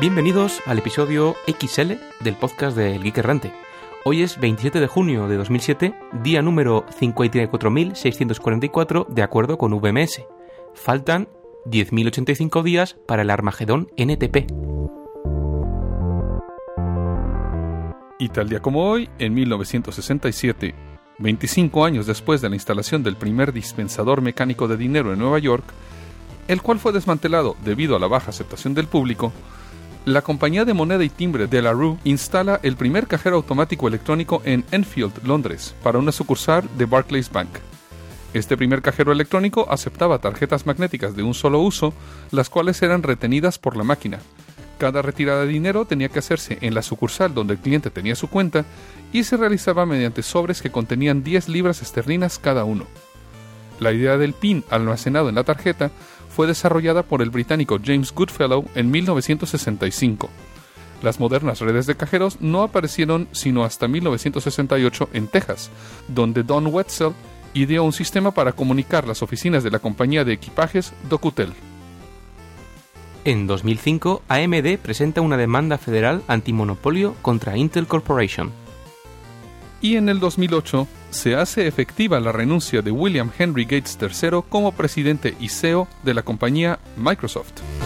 Bienvenidos al episodio XL del podcast del Geek Errante. Hoy es 27 de junio de 2007, día número 54.644 de acuerdo con VMS. Faltan 10.085 días para el Armagedón NTP. Y tal día como hoy, en 1967, 25 años después de la instalación del primer dispensador mecánico de dinero en Nueva York, el cual fue desmantelado debido a la baja aceptación del público, la compañía de moneda y timbre de la Rue instala el primer cajero automático electrónico en Enfield, Londres, para una sucursal de Barclays Bank. Este primer cajero electrónico aceptaba tarjetas magnéticas de un solo uso, las cuales eran retenidas por la máquina. Cada retirada de dinero tenía que hacerse en la sucursal donde el cliente tenía su cuenta y se realizaba mediante sobres que contenían 10 libras esterlinas cada uno. La idea del PIN almacenado en la tarjeta fue desarrollada por el británico James Goodfellow en 1965. Las modernas redes de cajeros no aparecieron sino hasta 1968 en Texas, donde Don Wetzel ideó un sistema para comunicar las oficinas de la compañía de equipajes Docutel. En 2005, AMD presenta una demanda federal antimonopolio contra Intel Corporation. Y en el 2008 se hace efectiva la renuncia de William Henry Gates III como presidente y CEO de la compañía Microsoft.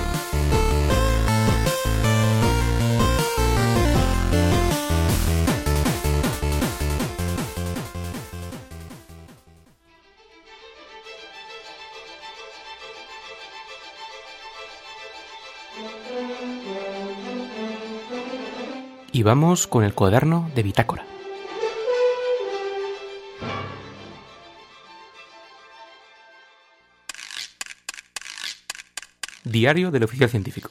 Y vamos con el cuaderno de bitácora. Diario del Oficial Científico.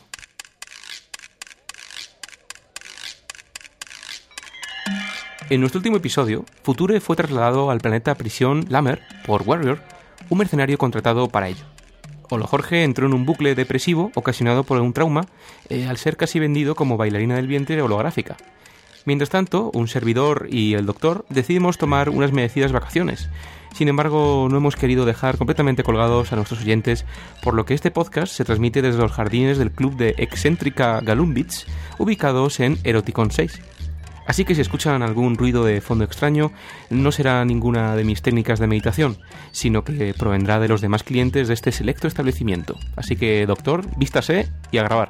En nuestro último episodio, Future fue trasladado al planeta prisión Lamer por Warrior, un mercenario contratado para ello. Olo Jorge entró en un bucle depresivo ocasionado por un trauma al ser casi vendido como bailarina del vientre holográfica. Mientras tanto, un servidor y el doctor decidimos tomar unas merecidas vacaciones. Sin embargo, no hemos querido dejar completamente colgados a nuestros oyentes, por lo que este podcast se transmite desde los jardines del club de excéntrica Galumbits, ubicados en Eroticon 6. Así que si escuchan algún ruido de fondo extraño, no será ninguna de mis técnicas de meditación, sino que provendrá de los demás clientes de este selecto establecimiento. Así que, doctor, vístase y a grabar.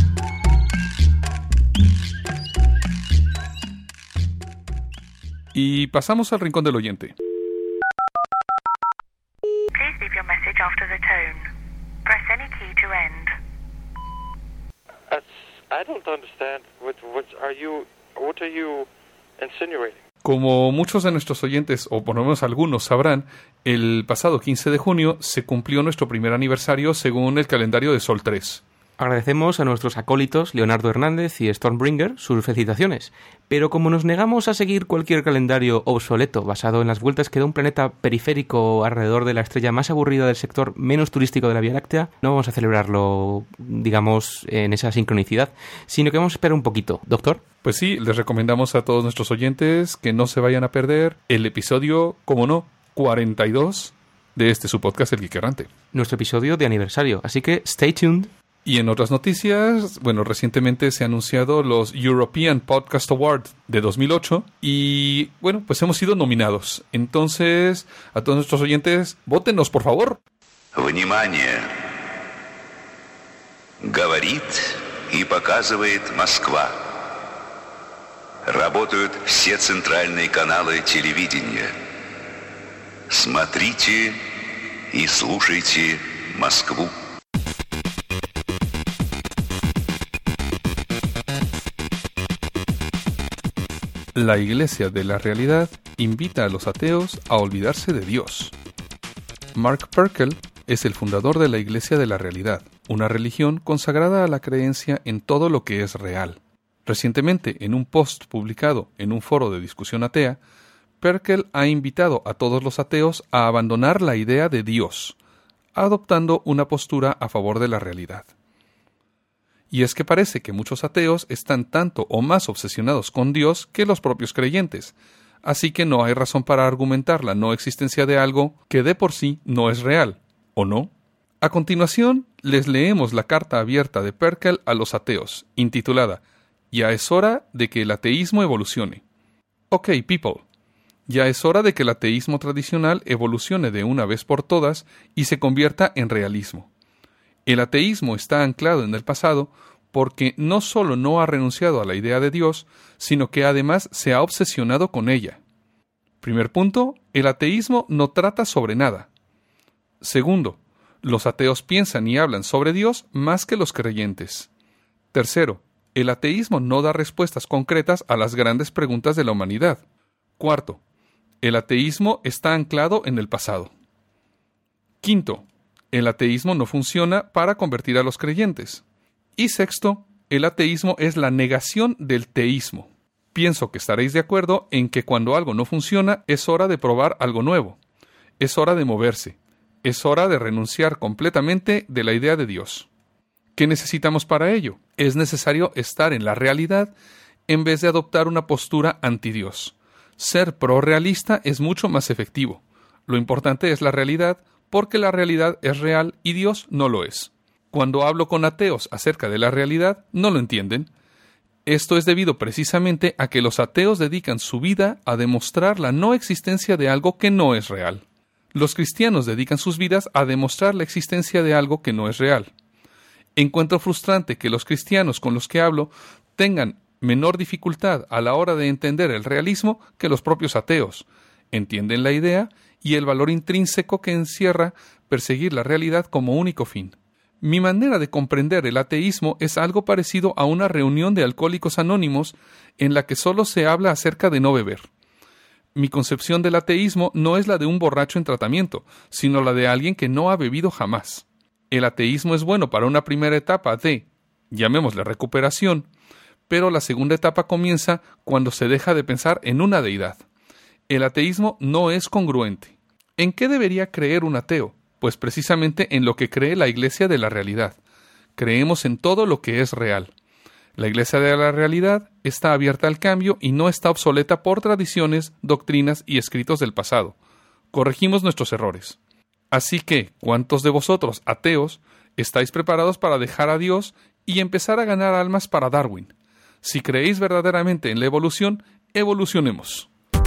Y pasamos al rincón del oyente. Please leave your message after the tone. Press any key to end. I don't understand. What are you insinuating? Como muchos de nuestros oyentes, o por lo menos algunos sabrán, el pasado 15 de junio se cumplió nuestro primer aniversario según el calendario de Sol 3. Agradecemos a nuestros acólitos Leonardo Hernández y Stormbringer sus felicitaciones, pero como nos negamos a seguir cualquier calendario obsoleto basado en las vueltas que da un planeta periférico alrededor de la estrella más aburrida del sector menos turístico de la Vía Láctea, no vamos a celebrarlo, digamos, en esa sincronicidad, sino que vamos a esperar un poquito. ¿Doctor? Pues sí, les recomendamos a todos nuestros oyentes que no se vayan a perder el episodio, como no, 42 de su podcast El Geek Errante. Nuestro episodio de aniversario, así que stay tuned. Y en otras noticias, recientemente se han anunciado los European Podcast Awards de 2008 y, pues hemos sido nominados. Entonces, a todos nuestros oyentes, vótenos, por favor. Внимание! Говорит и показывает Москва. Работают все центральные каналы телевидения. Смотрите и слушайте Москву. La Iglesia de la Realidad invita a los ateos a olvidarse de Dios. Mark Perkel es el fundador de la Iglesia de la Realidad, una religión consagrada a la creencia en todo lo que es real. Recientemente, en un post publicado en un foro de discusión atea, Perkel ha invitado a todos los ateos a abandonar la idea de Dios, adoptando una postura a favor de la realidad. Y es que parece que muchos ateos están tanto o más obsesionados con Dios que los propios creyentes, así que no hay razón para argumentar la no existencia de algo que de por sí no es real, ¿o no? A continuación, les leemos la carta abierta de Perkel a los ateos, intitulada «Ya es hora de que el ateísmo evolucione». Ok, people, ya es hora de que el ateísmo tradicional evolucione de una vez por todas y se convierta en realismo. El ateísmo está anclado en el pasado porque no solo no ha renunciado a la idea de Dios, sino que además se ha obsesionado con ella. Primer punto, el ateísmo no trata sobre nada. Segundo, los ateos piensan y hablan sobre Dios más que los creyentes. Tercero, el ateísmo no da respuestas concretas a las grandes preguntas de la humanidad. Cuarto, el ateísmo está anclado en el pasado. Quinto, el ateísmo no funciona para convertir a los creyentes. Y sexto, el ateísmo es la negación del teísmo. Pienso que estaréis de acuerdo en que cuando algo no funciona es hora de probar algo nuevo. Es hora de moverse. Es hora de renunciar completamente de la idea de Dios. ¿Qué necesitamos para ello? Es necesario estar en la realidad en vez de adoptar una postura anti-Dios. Ser pro-realista es mucho más efectivo. Lo importante es la realidad, porque la realidad es real y Dios no lo es. Cuando hablo con ateos acerca de la realidad, no lo entienden. Esto es debido precisamente a que los ateos dedican su vida a demostrar la no existencia de algo que no es real. Los cristianos dedican sus vidas a demostrar la existencia de algo que no es real. Encuentro frustrante que los cristianos con los que hablo tengan menor dificultad a la hora de entender el realismo que los propios ateos. Entienden la idea y el valor intrínseco que encierra perseguir la realidad como único fin. Mi manera de comprender el ateísmo es algo parecido a una reunión de alcohólicos anónimos en la que solo se habla acerca de no beber. Mi concepción del ateísmo no es la de un borracho en tratamiento, sino la de alguien que no ha bebido jamás. El ateísmo es bueno para una primera etapa de, llamémosle recuperación, pero la segunda etapa comienza cuando se deja de pensar en una deidad. El ateísmo no es congruente. ¿En qué debería creer un ateo? Pues precisamente en lo que cree la Iglesia de la realidad. Creemos en todo lo que es real. La Iglesia de la realidad está abierta al cambio y no está obsoleta por tradiciones, doctrinas y escritos del pasado. Corregimos nuestros errores. Así que, ¿cuántos de vosotros, ateos, estáis preparados para dejar a Dios y empezar a ganar almas para Darwin? Si creéis verdaderamente en la evolución, evolucionemos.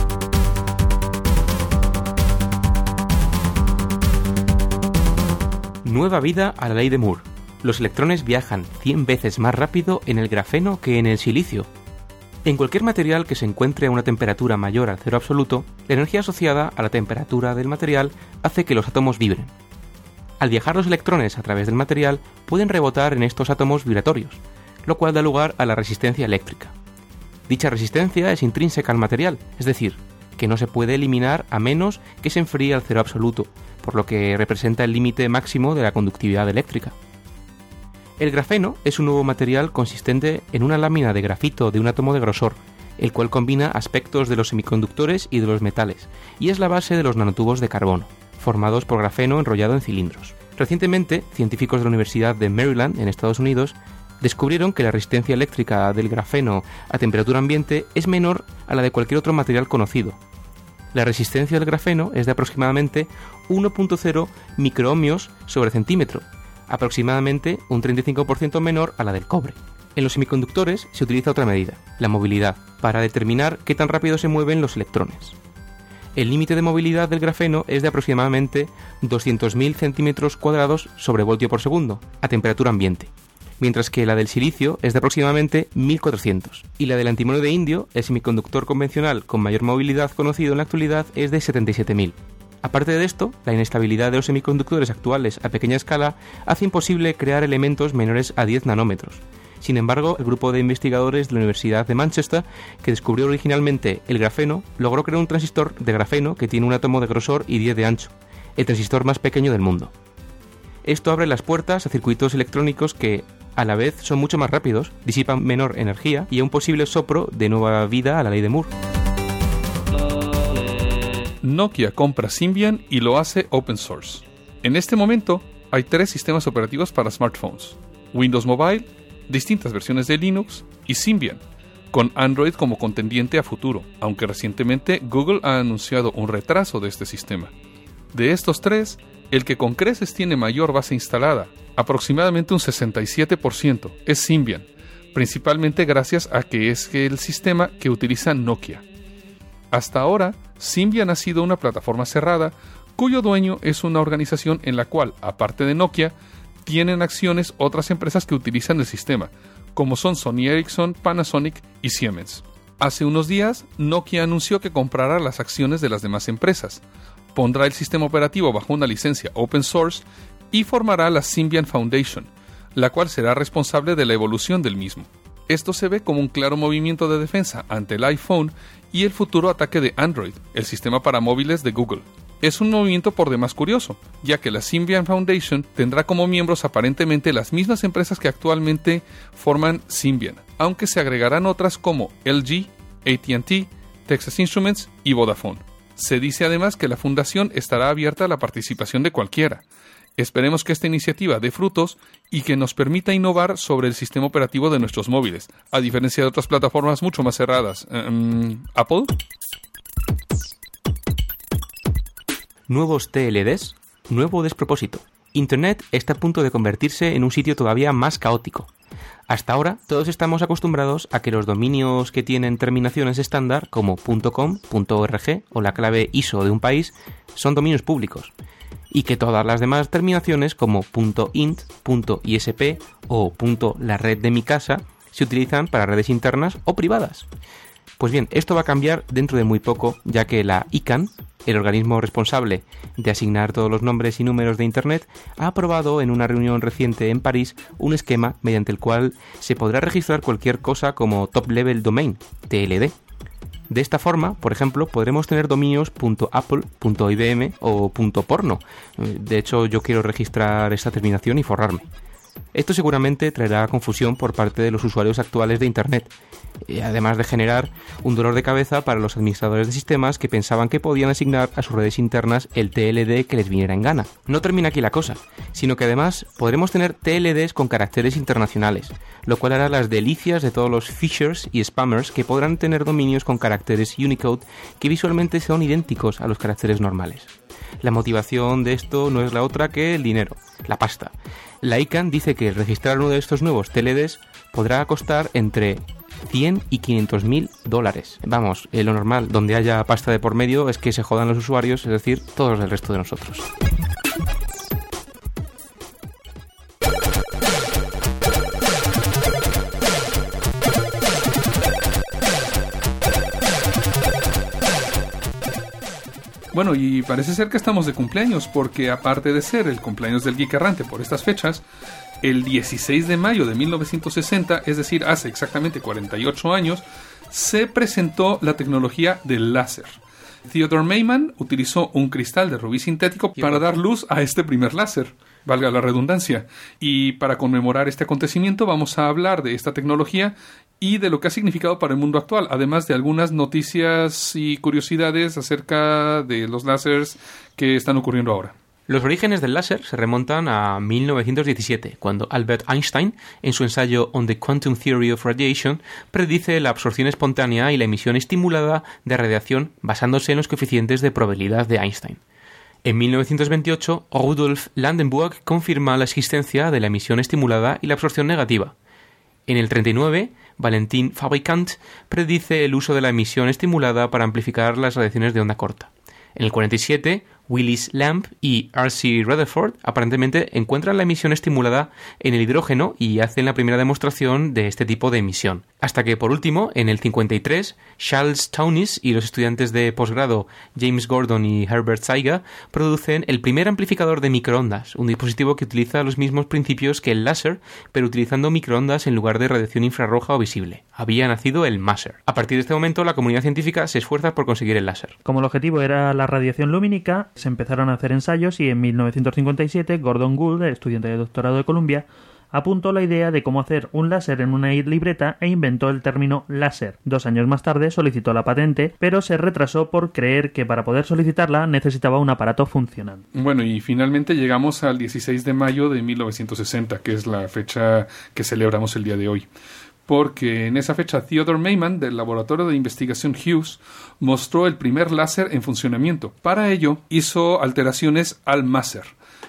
Nueva vida a la ley de Moore. Los electrones viajan 100 veces más rápido en el grafeno que en el silicio. En cualquier material que se encuentre a una temperatura mayor al cero absoluto, la energía asociada a la temperatura del material hace que los átomos vibren. Al viajar los electrones a través del material, pueden rebotar en estos átomos vibratorios, lo cual da lugar a la resistencia eléctrica. Dicha resistencia es intrínseca al material, es decir, que no se puede eliminar a menos que se enfríe al cero absoluto, por lo que representa el límite máximo de la conductividad eléctrica. El grafeno es un nuevo material consistente en una lámina de grafito de un átomo de grosor, el cual combina aspectos de los semiconductores y de los metales, y es la base de los nanotubos de carbono, formados por grafeno enrollado en cilindros. Recientemente, científicos de la Universidad de Maryland, en Estados Unidos, descubrieron que la resistencia eléctrica del grafeno a temperatura ambiente es menor a la de cualquier otro material conocido. La resistencia del grafeno es de aproximadamente 1.0 microohmios sobre centímetro, aproximadamente un 35% menor a la del cobre. En los semiconductores se utiliza otra medida, la movilidad, para determinar qué tan rápido se mueven los electrones. El límite de movilidad del grafeno es de aproximadamente 200.000 centímetros cuadrados sobre voltio por segundo, a temperatura ambiente, mientras que la del silicio es de aproximadamente 1.400, y la del antimonio de indio, el semiconductor convencional con mayor movilidad conocido en la actualidad, es de 77.000. Aparte de esto, la inestabilidad de los semiconductores actuales a pequeña escala hace imposible crear elementos menores a 10 nanómetros. Sin embargo, el grupo de investigadores de la Universidad de Manchester, que descubrió originalmente el grafeno, logró crear un transistor de grafeno que tiene un átomo de grosor y 10 de ancho, el transistor más pequeño del mundo. Esto abre las puertas a circuitos electrónicos que, a la vez, son mucho más rápidos, disipan menor energía y a un posible soplo de nueva vida a la ley de Moore. Nokia compra Symbian y lo hace open source. En este momento, hay 3 sistemas operativos para smartphones: Windows Mobile, distintas versiones de Linux y Symbian, con Android como contendiente a futuro, aunque recientemente Google ha anunciado un retraso de este sistema. De estos 3, El que con creces tiene mayor base instalada, aproximadamente un 67%, es Symbian, principalmente gracias a que es el sistema que utiliza Nokia. Hasta ahora, Symbian ha sido una plataforma cerrada, cuyo dueño es una organización en la cual, aparte de Nokia, tienen acciones otras empresas que utilizan el sistema, como son Sony Ericsson, Panasonic y Siemens. Hace unos días, Nokia anunció que comprará las acciones de las demás empresas, pondrá el sistema operativo bajo una licencia open source y formará la Symbian Foundation, la cual será responsable de la evolución del mismo. Esto se ve como un claro movimiento de defensa ante el iPhone y el futuro ataque de Android, el sistema para móviles de Google. Es un movimiento por demás curioso, ya que la Symbian Foundation tendrá como miembros aparentemente las mismas empresas que actualmente forman Symbian, aunque se agregarán otras como LG, AT&T, Texas Instruments y Vodafone. Se dice además que la fundación estará abierta a la participación de cualquiera. Esperemos que esta iniciativa dé frutos y que nos permita innovar sobre el sistema operativo de nuestros móviles, a diferencia de otras plataformas mucho más cerradas. ¿Apple? Nuevos TLDs, nuevo despropósito. Internet está a punto de convertirse en un sitio todavía más caótico. Hasta ahora, todos estamos acostumbrados a que los dominios que tienen terminaciones estándar, como .com, .org o la clave ISO de un país, son dominios públicos, y que todas las demás terminaciones, como .int, .isp o .la red de mi casa, se utilizan para redes internas o privadas. Pues bien, esto va a cambiar dentro de muy poco, ya que la ICANN, el organismo responsable de asignar todos los nombres y números de Internet, ha aprobado en una reunión reciente en París un esquema mediante el cual se podrá registrar cualquier cosa como Top Level Domain, TLD. De esta forma, por ejemplo, podremos tener dominios .apple, .ibm o .porno. De hecho, yo quiero registrar esta terminación y forrarme. Esto seguramente traerá confusión por parte de los usuarios actuales de Internet, además de generar un dolor de cabeza para los administradores de sistemas que pensaban que podían asignar a sus redes internas el TLD que les viniera en gana. No termina aquí la cosa, sino que además podremos tener TLDs con caracteres internacionales, lo cual hará las delicias de todos los phishers y spammers que podrán tener dominios con caracteres Unicode que visualmente son idénticos a los caracteres normales. La motivación de esto no es la otra que el dinero, la pasta. La ICANN dice que registrar uno de estos nuevos TLDs podrá costar entre 100 y 500.000 dólares. Vamos, lo normal, donde haya pasta de por medio, es que se jodan los usuarios, es decir, todos el resto de nosotros. Bueno, y parece ser que estamos de cumpleaños, porque aparte de ser el cumpleaños del Geek Errante por estas fechas, el 16 de mayo de 1960, es decir, hace exactamente 48 años, se presentó la tecnología del láser. Theodore Maiman utilizó un cristal de rubí sintético para dar luz a este primer láser, valga la redundancia. Y para conmemorar este acontecimiento vamos a hablar de esta tecnología y de lo que ha significado para el mundo actual, además de algunas noticias y curiosidades acerca de los láseres que están ocurriendo ahora. Los orígenes del láser se remontan a 1917, cuando Albert Einstein, en su ensayo On the Quantum Theory of Radiation, predice la absorción espontánea y la emisión estimulada de radiación basándose en los coeficientes de probabilidad de Einstein. En 1928, Rudolf Landenburg confirma la existencia de la emisión estimulada y la absorción negativa. En el 39, Valentin Fabricant predice el uso de la emisión estimulada para amplificar las radiaciones de onda corta. En el 47, Willis Lamp y R.C. Rutherford aparentemente encuentran la emisión estimulada en el hidrógeno y hacen la primera demostración de este tipo de emisión. Hasta que, por último, en el 53, Charles Taunis y los estudiantes de posgrado James Gordon y Herbert Zeiger producen el primer amplificador de microondas, un dispositivo que utiliza los mismos principios que el láser, pero utilizando microondas en lugar de radiación infrarroja o visible. Había nacido el Maser. A partir de este momento, la comunidad científica se esfuerza por conseguir el láser. Como el objetivo era la radiación lumínica, se empezaron a hacer ensayos y en 1957 Gordon Gould, estudiante de doctorado de Columbia, apuntó la idea de cómo hacer un láser en una libreta e inventó el término láser. 2 años más tarde solicitó la patente, pero se retrasó por creer que para poder solicitarla necesitaba un aparato funcional. Bueno, y finalmente llegamos al 16 de mayo de 1960, que es la fecha que celebramos el día de hoy. Porque en esa fecha Theodore Maiman, del laboratorio de investigación Hughes, mostró el primer láser en funcionamiento. Para ello, hizo alteraciones al Maser,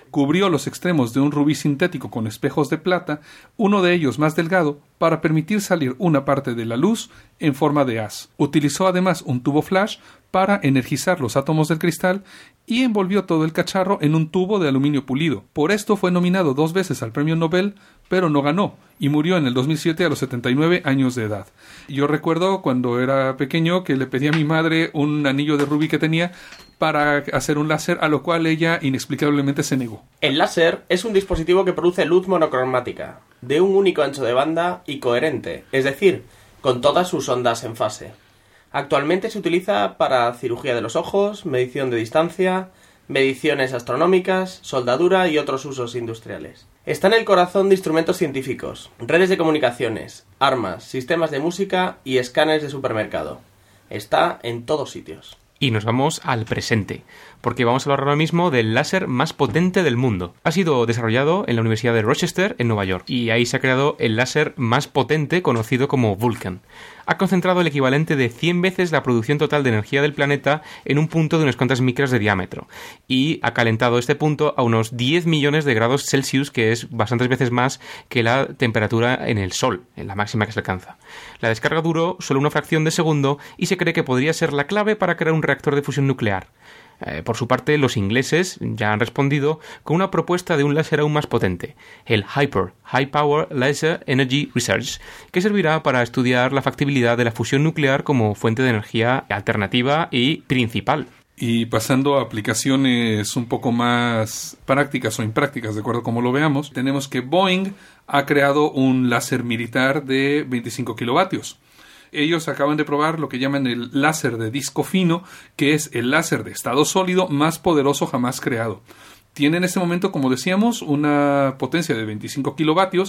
Cubrió los extremos de un rubí sintético con espejos de plata, uno de ellos más delgado, para permitir salir una parte de la luz en forma de haz. Utilizó además un tubo flash para energizar los átomos del cristal y envolvió todo el cacharro en un tubo de aluminio pulido. Por esto fue nominado 2 veces al premio Nobel, pero no ganó, y murió en el 2007 a los 79 años de edad. Yo recuerdo cuando era pequeño que le pedí a mi madre un anillo de rubí que tenía para hacer un láser, a lo cual ella inexplicablemente se negó. El láser es un dispositivo que produce luz monocromática, de un único ancho de banda y coherente, es decir, con todas sus ondas en fase. Actualmente se utiliza para cirugía de los ojos, medición de distancia, mediciones astronómicas, soldadura y otros usos industriales. Está en el corazón de instrumentos científicos, redes de comunicaciones, armas, sistemas de música y escáneres de supermercado. Está en todos sitios. Y nos vamos al presente, porque vamos a hablar ahora mismo del láser más potente del mundo. Ha sido desarrollado en la Universidad de Rochester, en Nueva York, y ahí se ha creado el láser más potente conocido como Vulcan. Ha concentrado el equivalente de 100 veces la producción total de energía del planeta en un punto de unas cuantas micras de diámetro, y ha calentado este punto a unos 10 millones de grados Celsius, que es bastantes veces más que la temperatura en el Sol, en la máxima que se alcanza. La descarga duró solo una fracción de segundo y se cree que podría ser la clave para crear un reactor de fusión nuclear. Por su parte, los ingleses ya han respondido con una propuesta de un láser aún más potente, el HIPER, High Power Laser Energy Research, que servirá para estudiar la factibilidad de la fusión nuclear como fuente de energía alternativa y principal. Y pasando a aplicaciones un poco más prácticas o imprácticas, de acuerdo a cómo lo veamos, tenemos que Boeing ha creado un láser militar de 25 kilovatios. Ellos acaban de probar lo que llaman el láser de disco fino, que es el láser de estado sólido más poderoso jamás creado. Tiene en este momento, como decíamos, una potencia de 25 kilovatios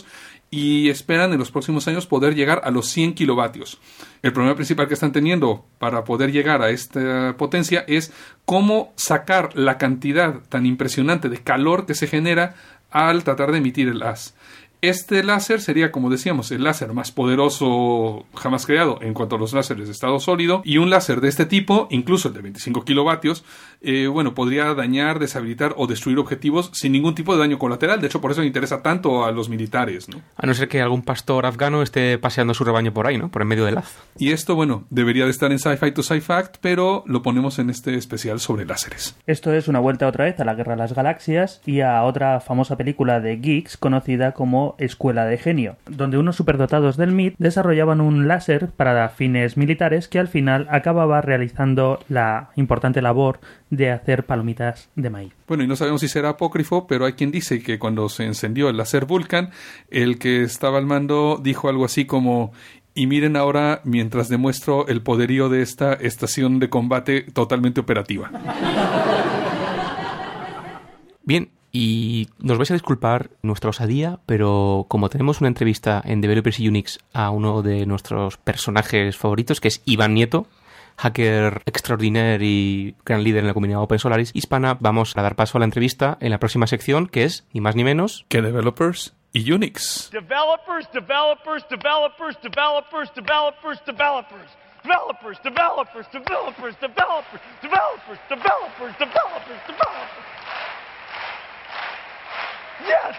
y esperan en los próximos años poder llegar a los 100 kilovatios. El problema principal que están teniendo para poder llegar a esta potencia es cómo sacar la cantidad tan impresionante de calor que se genera al tratar de emitir el haz. Este láser sería, como decíamos, el láser más poderoso jamás creado en cuanto a los láseres de estado sólido, y un láser de este tipo, incluso el de 25 kilovatios, podría dañar, deshabilitar o destruir objetivos sin ningún tipo de daño colateral. De hecho, por eso le interesa tanto a los militares, ¿no? A no ser que algún pastor afgano esté paseando su rebaño por ahí, ¿no? Por en medio del haz. Y esto, debería de estar en Sci-Fi to Sci-Fact, pero lo ponemos en este especial sobre láseres. Esto es una vuelta otra vez a la Guerra de las Galaxias y a otra famosa película de geeks conocida como Escuela de Genio, donde unos superdotados del MIT desarrollaban un láser para fines militares que al final acababa realizando la importante labor de hacer palomitas de maíz. Bueno, y no sabemos si será apócrifo, pero hay quien dice que cuando se encendió el láser Vulcan, el que estaba al mando dijo algo así como: y miren ahora mientras demuestro el poderío de esta estación de combate totalmente operativa. Bien, y nos vais a disculpar nuestra osadía, pero como tenemos una entrevista en Developers y Unix a uno de nuestros personajes favoritos, que es Iván Nieto, hacker extraordinario y gran líder en la comunidad Open Solaris hispana, vamos a dar paso a la entrevista en la próxima sección, que es, ni más ni menos, que Developers y Unix. Developers, developers, developers, developers, developers, developers. Developers, developers, developers, developers, developers, developers, developers, developers. Yes!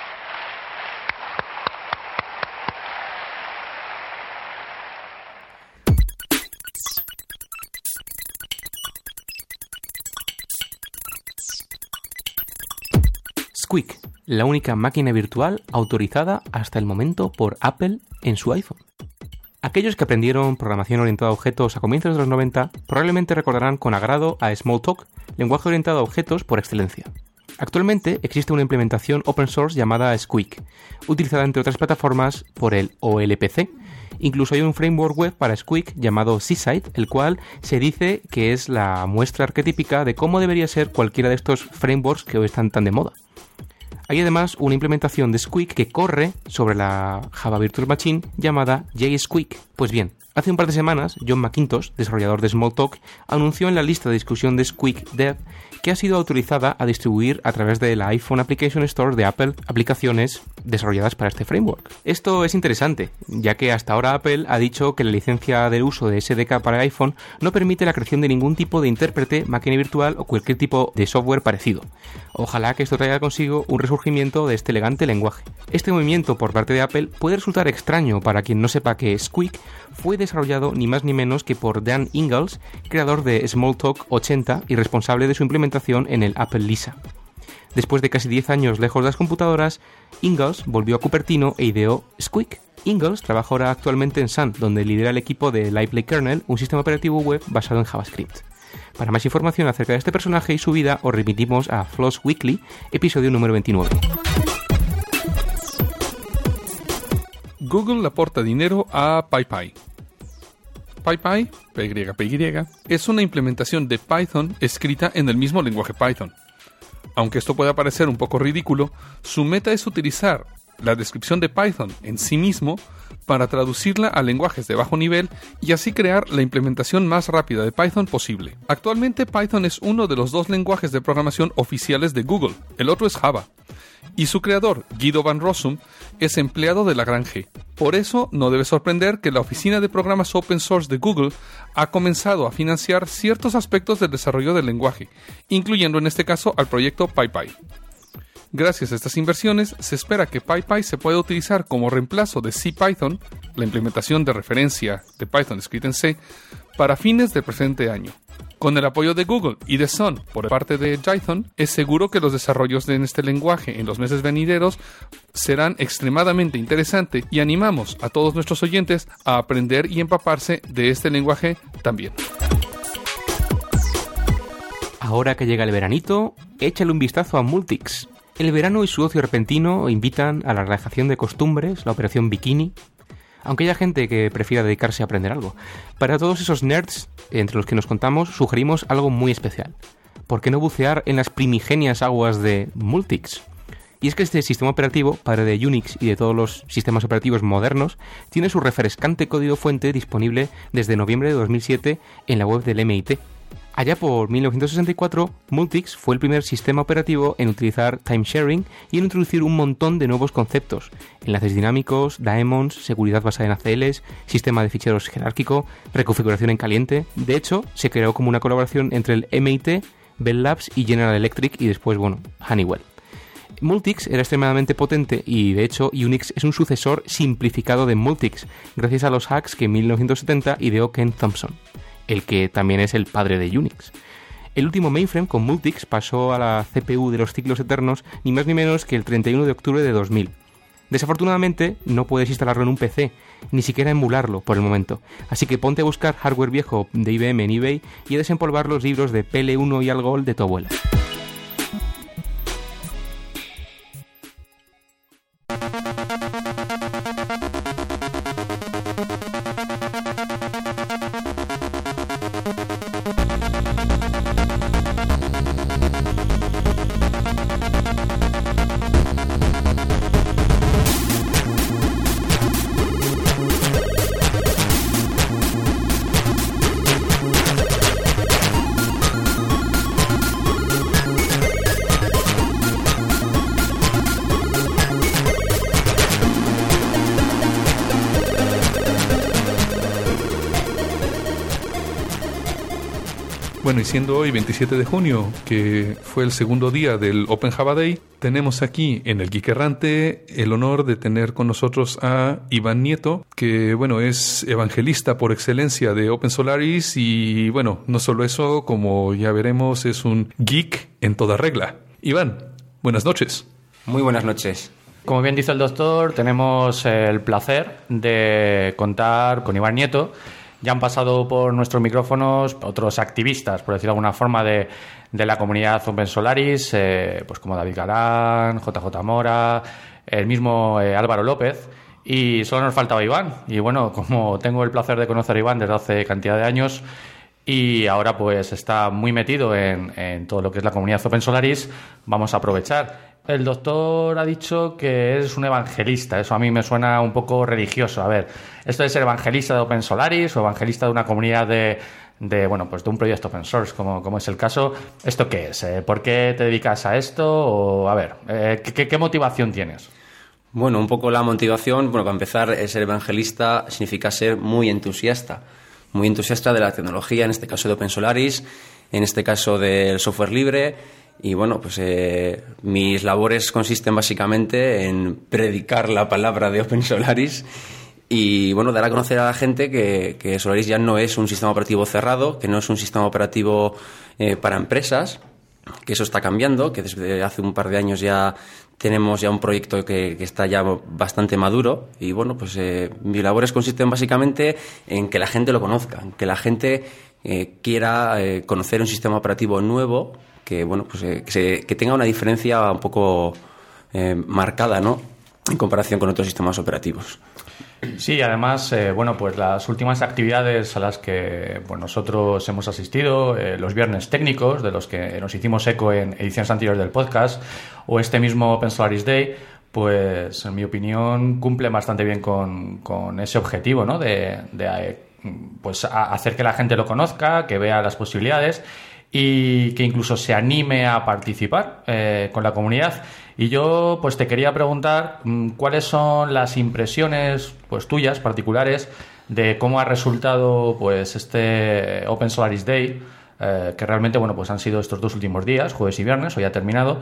Squeak, la única máquina virtual autorizada hasta el momento por Apple en su iPhone. Aquellos que aprendieron programación orientada a objetos a comienzos de los 90 probablemente recordarán con agrado a Smalltalk, lenguaje orientado a objetos por excelencia. Actualmente existe una implementación open source llamada Squeak, utilizada entre otras plataformas por el OLPC. Incluso hay un framework web para Squeak llamado Seaside, el cual se dice que es la muestra arquetípica de cómo debería ser cualquiera de estos frameworks que hoy están tan de moda. Hay además una implementación de Squeak que corre sobre la Java Virtual Machine llamada JSqueak. Pues bien, Hace un par de semanas, John McIntosh, desarrollador de Smalltalk, anunció en la lista de discusión de Squeak Dev que ha sido autorizada a distribuir a través de la iPhone Application Store de Apple aplicaciones desarrolladas para este framework. Esto es interesante, ya que hasta ahora Apple ha dicho que la licencia de uso de SDK para iPhone no permite la creación de ningún tipo de intérprete, máquina virtual o cualquier tipo de software parecido. Ojalá que esto traiga consigo un resurgimiento de este elegante lenguaje. Este movimiento por parte de Apple puede resultar extraño para quien no sepa que Squeak fue desarrollado ni más ni menos que por Dan Ingalls, creador de Smalltalk 80 y responsable de su implementación en el Apple Lisa. Después de casi 10 años lejos de las computadoras, Ingalls volvió a Cupertino e ideó Squeak. Ingalls trabaja ahora actualmente en Sun, donde lidera el equipo de Lively Kernel, un sistema operativo web basado en JavaScript. Para más información acerca de este personaje y su vida, os remitimos a Floss Weekly, episodio número 29. Google aporta dinero a PyPy. PyPy, PY, es una implementación de Python escrita en el mismo lenguaje Python. Aunque esto pueda parecer un poco ridículo, su meta es utilizar la descripción de Python en sí mismo para traducirla a lenguajes de bajo nivel y así crear la implementación más rápida de Python posible. Actualmente Python es uno de los dos lenguajes de programación oficiales de Google, el otro es Java, y su creador, Guido van Rossum, es empleado de la Gran G. Por eso no debe sorprender que la Oficina de Programas Open Source de Google ha comenzado a financiar ciertos aspectos del desarrollo del lenguaje, incluyendo en este caso al proyecto PyPy. Gracias a estas inversiones, se espera que PyPy se pueda utilizar como reemplazo de CPython, la implementación de referencia de Python escrita en C, para fines del presente año. Con el apoyo de Google y de Sun por parte de Jython, es seguro que los desarrollos de este lenguaje en los meses venideros serán extremadamente interesantes y animamos a todos nuestros oyentes a aprender y empaparse de este lenguaje también. Ahora que llega el veranito, échale un vistazo a Multics. El verano y su ocio repentino invitan a la relajación de costumbres, la operación bikini, aunque haya gente que prefiera dedicarse a aprender algo. Para todos esos nerds, entre los que nos contamos, sugerimos algo muy especial. ¿Por qué no bucear en las primigenias aguas de Multics? Y es que este sistema operativo, padre de Unix y de todos los sistemas operativos modernos, tiene su refrescante código fuente disponible desde noviembre de 2007 en la web del MIT. Allá por 1964, Multics fue el primer sistema operativo en utilizar timesharing y en introducir un montón de nuevos conceptos: enlaces dinámicos, daemons, seguridad basada en ACLs, sistema de ficheros jerárquico, reconfiguración en caliente. De hecho, se creó como una colaboración entre el MIT, Bell Labs y General Electric y después, Honeywell. Multics era extremadamente potente y, de hecho, Unix es un sucesor simplificado de Multics, gracias a los hacks que en 1970 ideó Ken Thompson, el que también es el padre de Unix. El último mainframe con Multics pasó a la CPU de los ciclos eternos ni más ni menos que el 31 de octubre de 2000. Desafortunadamente no puedes instalarlo en un PC, ni siquiera emularlo por el momento, así que ponte a buscar hardware viejo de IBM en eBay y a desempolvar los libros de PL1 y Algol de tu abuela. Bueno, y siendo hoy 27 de junio, que fue el segundo día del Open Java Day, tenemos aquí en el Geek Errante el honor de tener con nosotros a Iván Nieto, que, es evangelista por excelencia de Open Solaris y, no solo eso, como ya veremos, es un geek en toda regla. Iván, buenas noches. Muy buenas noches. Como bien dice el doctor, tenemos el placer de contar con Iván Nieto. Ya han pasado por nuestros micrófonos otros activistas, por decirlo de alguna forma, de la comunidad Open Solaris, pues como David Galán, JJ Mora, el mismo Álvaro López, y solo nos faltaba Iván. Y como tengo el placer de conocer a Iván desde hace cantidad de años y ahora pues está muy metido en todo lo que es la comunidad Open Solaris, vamos a aprovechar. el doctor ha dicho que es un evangelista. Eso a mí me suena un poco religioso. A ver, ¿esto de ser evangelista de OpenSolaris o evangelista de una comunidad de un proyecto open source, como es el caso? ¿Esto qué es? ¿Por qué te dedicas a esto? O, a ver, ¿qué motivación tienes? Bueno, un poco la motivación, para empezar, ser evangelista significa ser muy entusiasta de la tecnología, en este caso de OpenSolaris, en este caso del software libre. Y mis labores consisten básicamente en predicar la palabra de OpenSolaris y dar a conocer a la gente que Solaris ya no es un sistema operativo cerrado, que no es un sistema operativo para empresas, que eso está cambiando, que desde hace un par de años ya tenemos ya un proyecto que está ya bastante maduro. Y mis labores consisten básicamente en que la gente lo conozca, en que la gente quiera conocer un sistema operativo nuevo que tenga una diferencia un poco marcada, ¿no?, en comparación con otros sistemas operativos. Sí, además, las últimas actividades a las que nosotros hemos asistido, los viernes técnicos, de los que nos hicimos eco en ediciones anteriores del podcast, o este mismo OpenSolaris Day, pues en mi opinión cumple bastante bien con ese objetivo, ¿no?, de hacer que la gente lo conozca, que vea las posibilidades y que incluso se anime a participar con la comunidad. Y yo te quería preguntar cuáles son las impresiones tuyas particulares de cómo ha resultado este OpenSolaris Day, que realmente han sido estos 2 últimos días, jueves y viernes, hoy ha terminado.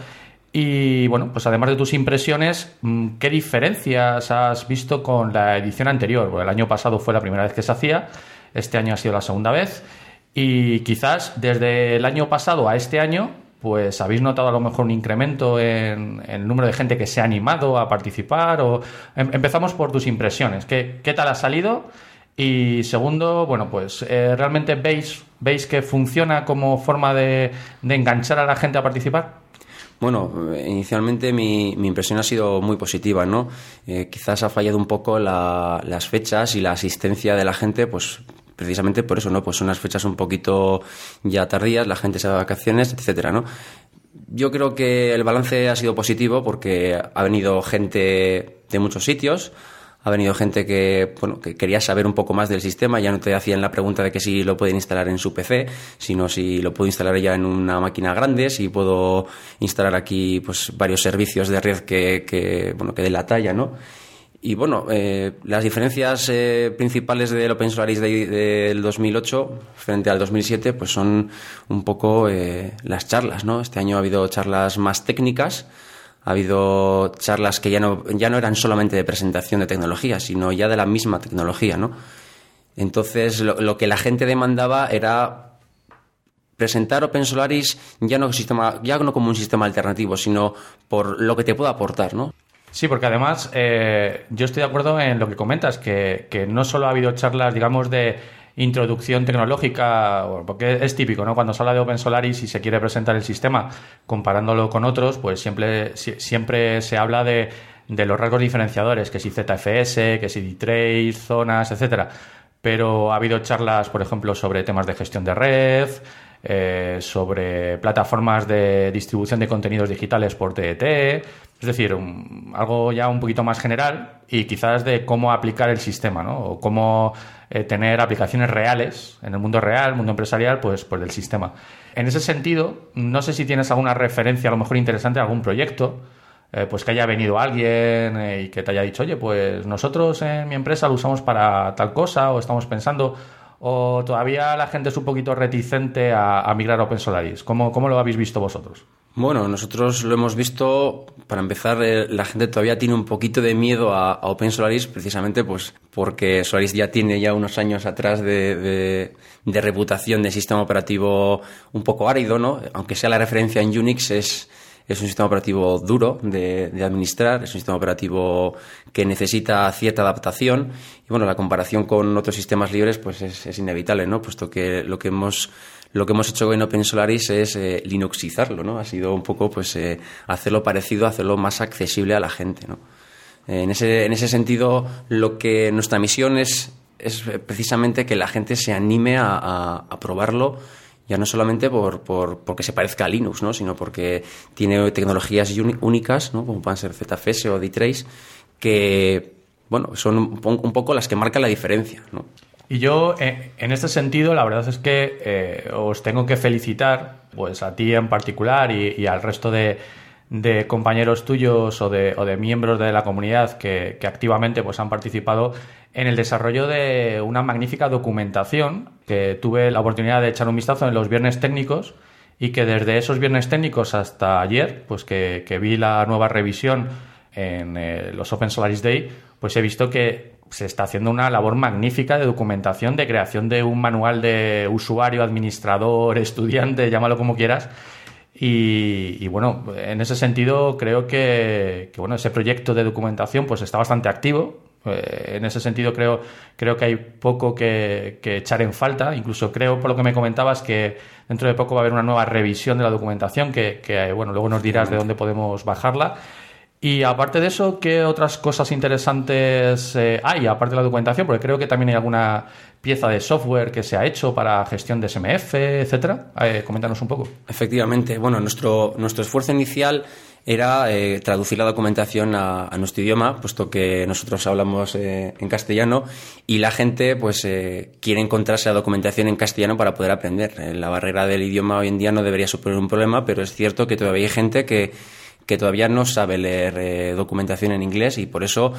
Y además de tus impresiones, ¿qué diferencias has visto con la edición anterior? Porque el año pasado fue la primera vez que se hacía, este año ha sido la segunda vez. Y quizás desde el año pasado a este año, habéis notado a lo mejor un incremento en el número de gente que se ha animado a participar. Empezamos por tus impresiones. ¿Qué tal ha salido? Y segundo, ¿realmente veis que funciona como forma de enganchar a la gente a participar? Bueno, inicialmente mi impresión ha sido muy positiva, ¿no? Quizás ha fallado un poco las fechas y la asistencia de la gente, precisamente por eso, ¿no? Son unas fechas un poquito ya tardías, la gente se va de vacaciones, etcétera, ¿no? Yo creo que el balance ha sido positivo porque ha venido gente de muchos sitios, ha venido gente que quería saber un poco más del sistema, ya no te hacían la pregunta de que si lo pueden instalar en su PC, sino si lo puedo instalar ya en una máquina grande, si puedo instalar aquí varios servicios de red que den la talla, ¿no? Y las diferencias principales del OpenSolaris del 2008 frente al 2007 son un poco las charlas, ¿no? Este año ha habido charlas más técnicas, ha habido charlas que ya no eran solamente de presentación de tecnología, sino ya de la misma tecnología, ¿no? Entonces lo que la gente demandaba era presentar OpenSolaris ya no como un sistema alternativo, sino por lo que te puede aportar, ¿no? Sí, porque además yo estoy de acuerdo en lo que comentas, que no solo ha habido charlas, digamos, de introducción tecnológica, porque es típico, ¿no? Cuando se habla de OpenSolaris y se quiere presentar el sistema comparándolo con otros, siempre se habla de los rasgos diferenciadores, que si ZFS, que si D-Trace, zonas, etcétera. Pero ha habido charlas, por ejemplo, sobre temas de gestión de red, sobre plataformas de distribución de contenidos digitales por TET. Es decir, algo ya un poquito más general y quizás de cómo aplicar el sistema, ¿no? O cómo tener aplicaciones reales en el mundo real, mundo empresarial, del sistema. En ese sentido, no sé si tienes alguna referencia a lo mejor interesante a algún proyecto, que haya venido alguien y que te haya dicho, oye, nosotros en mi empresa lo usamos para tal cosa o estamos pensando, o todavía la gente es un poquito reticente a migrar a OpenSolaris. ¿Cómo lo habéis visto vosotros? Bueno, nosotros lo hemos visto, para empezar, la gente todavía tiene un poquito de miedo a OpenSolaris, precisamente porque Solaris ya tiene unos años atrás de reputación de sistema operativo un poco árido, ¿no? Aunque sea la referencia en Unix, es un sistema operativo duro de administrar, es un sistema operativo que necesita cierta adaptación y la comparación con otros sistemas libres es inevitable, ¿no? Puesto que lo que hemos hecho en OpenSolaris es linuxizarlo, ¿no? Ha sido un poco hacerlo parecido, hacerlo más accesible a la gente, ¿no? En ese sentido, lo que nuestra misión es precisamente que la gente se anime a probarlo Ya no solamente porque se parezca a Linux, ¿no? Sino porque tiene tecnologías únicas, ¿no? Como pueden ser ZFS o D-Trace, que, bueno, son un poco las que marcan la diferencia, ¿no? Y yo, en este sentido, la verdad es que os tengo que felicitar, pues a ti en particular y al resto de compañeros tuyos o de miembros de la comunidad que activamente pues han participado en el desarrollo de una magnífica documentación que tuve la oportunidad de echar un vistazo en los viernes técnicos, y que desde esos viernes técnicos hasta ayer, pues que vi la nueva revisión en los Open Solaris Day, pues he visto que se está haciendo una labor magnífica de documentación, de creación de un manual de usuario, administrador, estudiante, llámalo como quieras. Y bueno, en ese sentido creo que bueno, ese proyecto de documentación pues está bastante activo. En ese sentido creo que hay poco que echar en falta. Incluso creo, por lo que me comentabas, que dentro de poco va a haber una nueva revisión de la documentación que bueno, luego nos dirás de dónde podemos bajarla. Y aparte de eso, ¿qué otras cosas interesantes hay aparte de la documentación? Porque creo que también hay alguna pieza de software que se ha hecho para gestión de SMF, etcétera. Coméntanos un poco. Efectivamente. Bueno, nuestro esfuerzo inicial era traducir la documentación a nuestro idioma, puesto que nosotros hablamos en castellano y la gente pues quiere encontrarse la documentación en castellano para poder aprender. La barrera del idioma hoy en día no debería suponer un problema, pero es cierto que todavía hay gente que todavía no sabe leer documentación en inglés, y por eso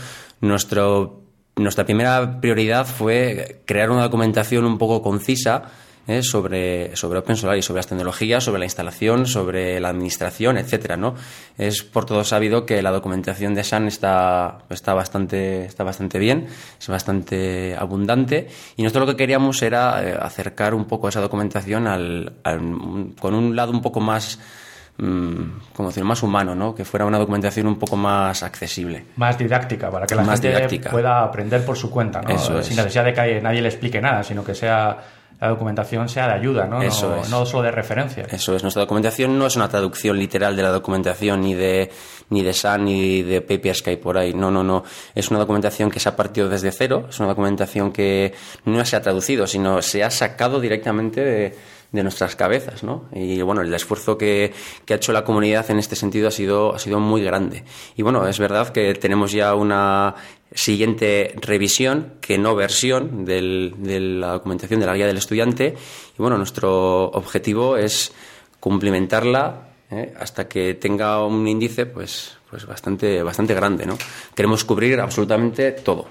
nuestra primera prioridad fue crear una documentación un poco concisa sobre Open Solaris, sobre las tecnologías, sobre la instalación, sobre la administración, etcétera, ¿no? Es por todo sabido que la documentación de SAN está bastante bien, es bastante abundante, y nosotros lo que queríamos era acercar un poco esa documentación con un lado un poco más, como decir, más humano, ¿no? Que fuera una documentación un poco más accesible. Más didáctica, para que la gente pueda aprender por su cuenta, ¿no? Eso sin es. necesidad de que nadie le explique nada, sino que la documentación sea de ayuda, ¿no? Eso es. No solo de referencia. Eso es. Nuestra documentación no es una traducción literal de la documentación ni de SAN ni de Papers que hay por ahí. No. Es una documentación que se ha partido desde cero. Es una documentación que no se ha traducido, sino se ha sacado directamente de nuestras cabezas, ¿no? Y bueno, el esfuerzo que ha hecho la comunidad en este sentido ha sido muy grande. Y bueno, es verdad que tenemos ya una siguiente revisión, que no versión, de la documentación de la guía del estudiante, y bueno, nuestro objetivo es cumplimentarla hasta que tenga un índice pues bastante grande, ¿no? Queremos cubrir absolutamente todo.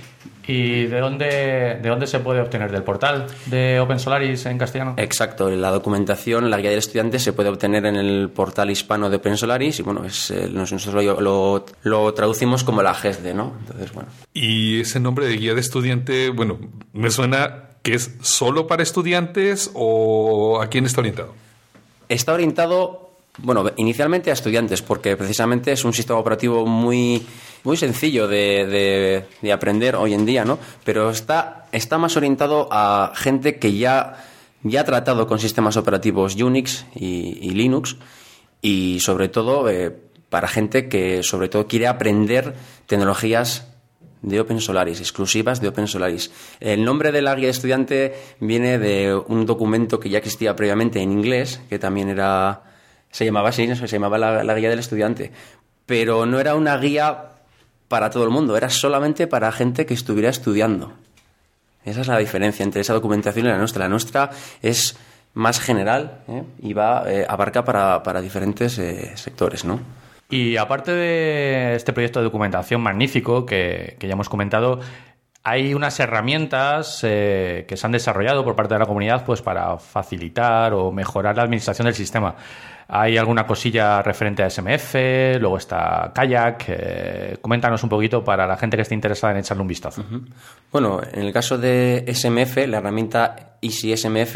¿Y de dónde se puede obtener? ¿Del portal de Open Solaris en castellano? Exacto, la documentación, la guía del estudiante se puede obtener en el portal hispano de Open Solaris, y bueno, nosotros lo traducimos como la GESDE, ¿no? Entonces, bueno. Y ese nombre de guía de estudiante, bueno, me suena que es solo para estudiantes, ¿o a quién está orientado? Está orientado, bueno, inicialmente a estudiantes, porque precisamente es un sistema operativo muy sencillo de aprender hoy en día, ¿no? Pero está más orientado a gente que ya ha tratado con sistemas operativos Unix y Linux, y sobre todo para gente que sobre todo quiere aprender tecnologías de Open Solaris, exclusivas de Open Solaris. El nombre de la guía de estudiante viene de un documento que ya existía previamente en inglés, que también se llamaba así, se llamaba la guía del estudiante, pero no era una guía para todo el mundo, era solamente para gente que estuviera estudiando. Esa es la diferencia entre esa documentación y la nuestra. La nuestra es más general y abarca para diferentes sectores, ¿no? Y aparte de este proyecto de documentación magnífico que ya hemos comentado, hay unas herramientas que se han desarrollado por parte de la comunidad pues para facilitar o mejorar la administración del sistema. Hay alguna cosilla referente a SMF, luego está Kayak. Coméntanos un poquito para la gente que esté interesada en echarle un vistazo. Uh-huh. Bueno, en el caso de SMF, la herramienta EasySMF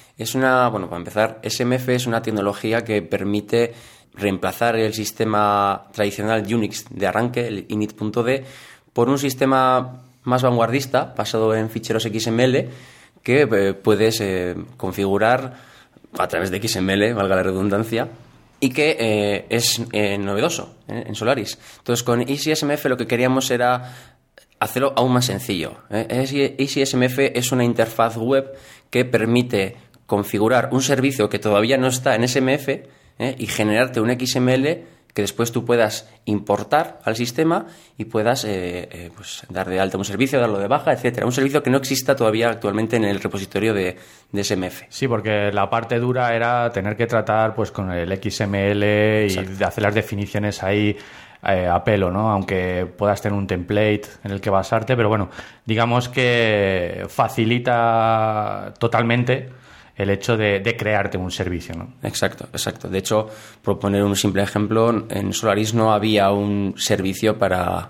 para empezar, SMF es una tecnología que permite reemplazar el sistema tradicional Unix de arranque, el init.d, por un sistema más vanguardista, basado en ficheros XML, que puedes configurar a través de XML, valga la redundancia, y que es novedoso en Solaris. Entonces, con EasySMF lo que queríamos era hacerlo aún más sencillo. EasySMF es una interfaz web que permite configurar un servicio que todavía no está en SMF y generarte un XML que después tú puedas importar al sistema y puedas pues dar de alta un servicio, darlo de baja, etcétera. Un servicio que no exista todavía actualmente en el repositorio de SMF. Sí, porque la parte dura era tener que tratar pues con el XML Exacto. y hacer las definiciones ahí a pelo, ¿no? Aunque puedas tener un template en el que basarte, pero bueno, digamos que facilita totalmente el hecho de crearte un servicio, ¿no? Exacto. De hecho, por poner un simple ejemplo, en Solaris no había un servicio para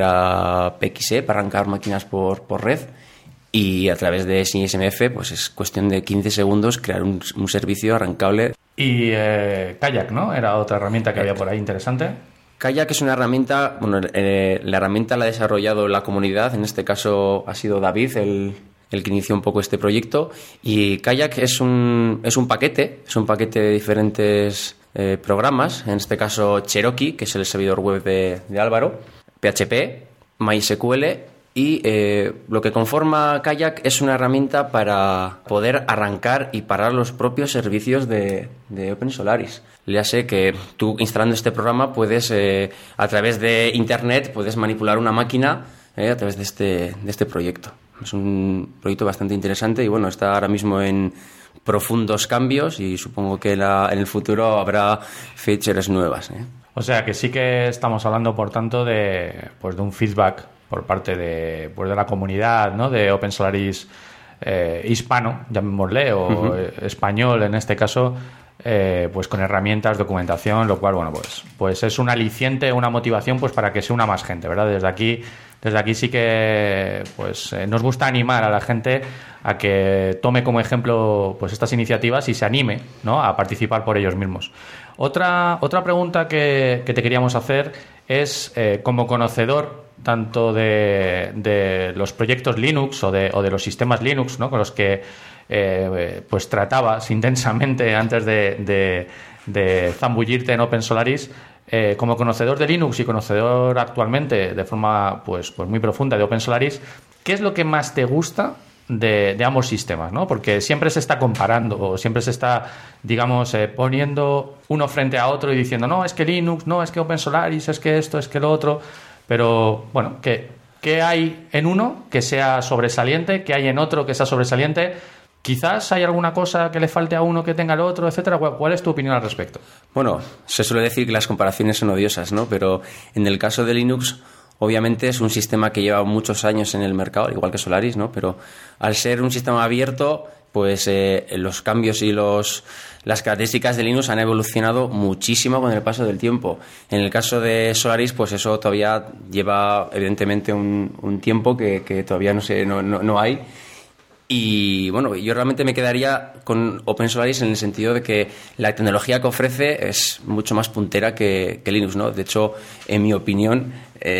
PXE, para arrancar máquinas por red, y a través de SMF pues es cuestión de 15 segundos crear un servicio arrancable. Y Kayak, ¿no? Era otra herramienta que había por ahí interesante. Kayak es una herramienta, bueno, la herramienta la ha desarrollado la comunidad, en este caso ha sido David el que inició un poco este proyecto, y Kayak es un paquete de diferentes programas, en este caso Cherokee, que es el servidor web de Álvaro, PHP, MySQL, y lo que conforma Kayak es una herramienta para poder arrancar y parar los propios servicios de OpenSolaris. Ya sé que tú, instalando este programa, puedes a través de internet puedes manipular una máquina a través de este proyecto. Es un proyecto bastante interesante y bueno, está ahora mismo en profundos cambios y supongo que en el futuro habrá features nuevas. O sea que sí que estamos hablando, por tanto, de un feedback por parte de la comunidad, ¿no? De OpenSolaris hispano, llamémosle, o español en este caso, pues con herramientas, documentación, lo cual, bueno, pues es un aliciente, una motivación pues para que se una más gente, ¿verdad? Desde aquí sí que pues nos gusta animar a la gente a que tome como ejemplo pues estas iniciativas y se anime, ¿no? A participar por ellos mismos. Otra pregunta que te queríamos hacer es, como conocedor tanto de los proyectos Linux o de los sistemas Linux, ¿no? Con los que pues tratabas intensamente antes de zambullirte en OpenSolaris, como conocedor de Linux y conocedor actualmente de forma pues muy profunda de OpenSolaris, ¿qué es lo que más te gusta de ambos sistemas, ¿no? Porque siempre se está comparando o siempre se está, digamos, poniendo uno frente a otro y diciendo, no, es que Linux, no, es que OpenSolaris, es que esto, es que lo otro. Pero, bueno, ¿qué hay en uno que sea sobresaliente? ¿Qué hay en otro que sea sobresaliente? Quizás hay alguna cosa que le falte a uno que tenga al otro, etcétera. ¿Cuál es tu opinión al respecto? Bueno, se suele decir que las comparaciones son odiosas, ¿no? Pero en el caso de Linux, obviamente es un sistema que lleva muchos años en el mercado, igual que Solaris, ¿no? Pero al ser un sistema abierto, pues los cambios y las características de Linux han evolucionado muchísimo con el paso del tiempo. En el caso de Solaris, pues eso todavía lleva evidentemente un tiempo que todavía no hay. Y bueno, yo realmente me quedaría con OpenSolaris en el sentido de que la tecnología que ofrece es mucho más puntera que Linux, ¿no? De hecho, en mi opinión,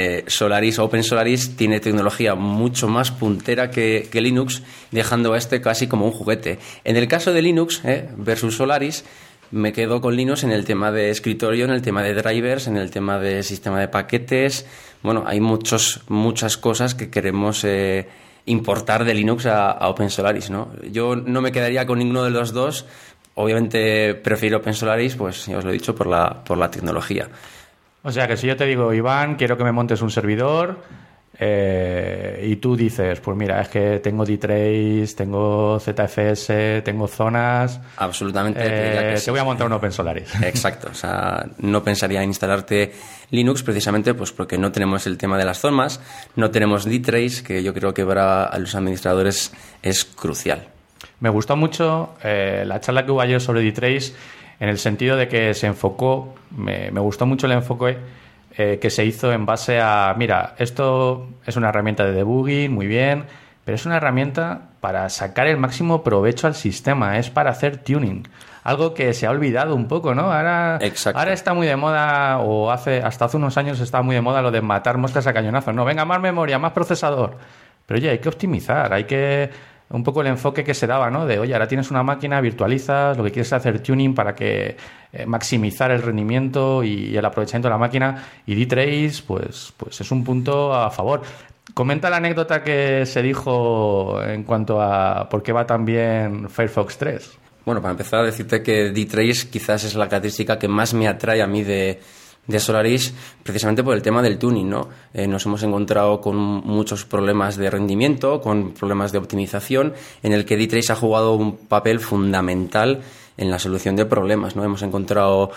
OpenSolaris tiene tecnología mucho más puntera que Linux, dejando a este casi como un juguete. En el caso de Linux versus Solaris, me quedo con Linux en el tema de escritorio, en el tema de drivers, en el tema de sistema de paquetes. Bueno, hay muchas cosas que queremos importar de Linux a OpenSolaris, ¿no? Yo no me quedaría con ninguno de los dos. Obviamente prefiero OpenSolaris, pues ya os lo he dicho, por la tecnología. O sea que si yo te digo, Iván, quiero que me montes un servidor, y tú dices, pues mira, es que tengo dtrace, tengo ZFS, tengo zonas... Absolutamente. Te voy a montar un OpenSolaris. Exacto. O sea, no pensaría en instalarte Linux precisamente pues porque no tenemos el tema de las zonas, no tenemos dtrace, que yo creo que para los administradores es crucial. Me gustó mucho la charla que hubo ayer sobre dtrace, en el sentido de que se enfocó, me gustó mucho el enfoque que se hizo en base a, mira, esto es una herramienta de debugging, muy bien, pero es una herramienta para sacar el máximo provecho al sistema, es para hacer tuning. Algo que se ha olvidado un poco, ¿no? Ahora está muy de moda, o hasta hace unos años estaba muy de moda lo de matar moscas a cañonazos. No, venga, más memoria, más procesador. Pero oye, hay que optimizar, hay que... Un poco el enfoque que se daba, ¿no? De, oye, ahora tienes una máquina, virtualizas, lo que quieres es hacer tuning para que maximizar el rendimiento y el aprovechamiento de la máquina, y dtrace, pues es un punto a favor. Comenta la anécdota que se dijo en cuanto a por qué va tan bien Firefox 3. Bueno, para empezar, decirte que D-Trace quizás es la característica que más me atrae a mí de Solaris, precisamente por el tema del tuning, ¿no? Nos hemos encontrado con muchos problemas de rendimiento, con problemas de optimización, en el que D-Trace ha jugado un papel fundamental en la solución de problemas, ¿no? Hemos encontrado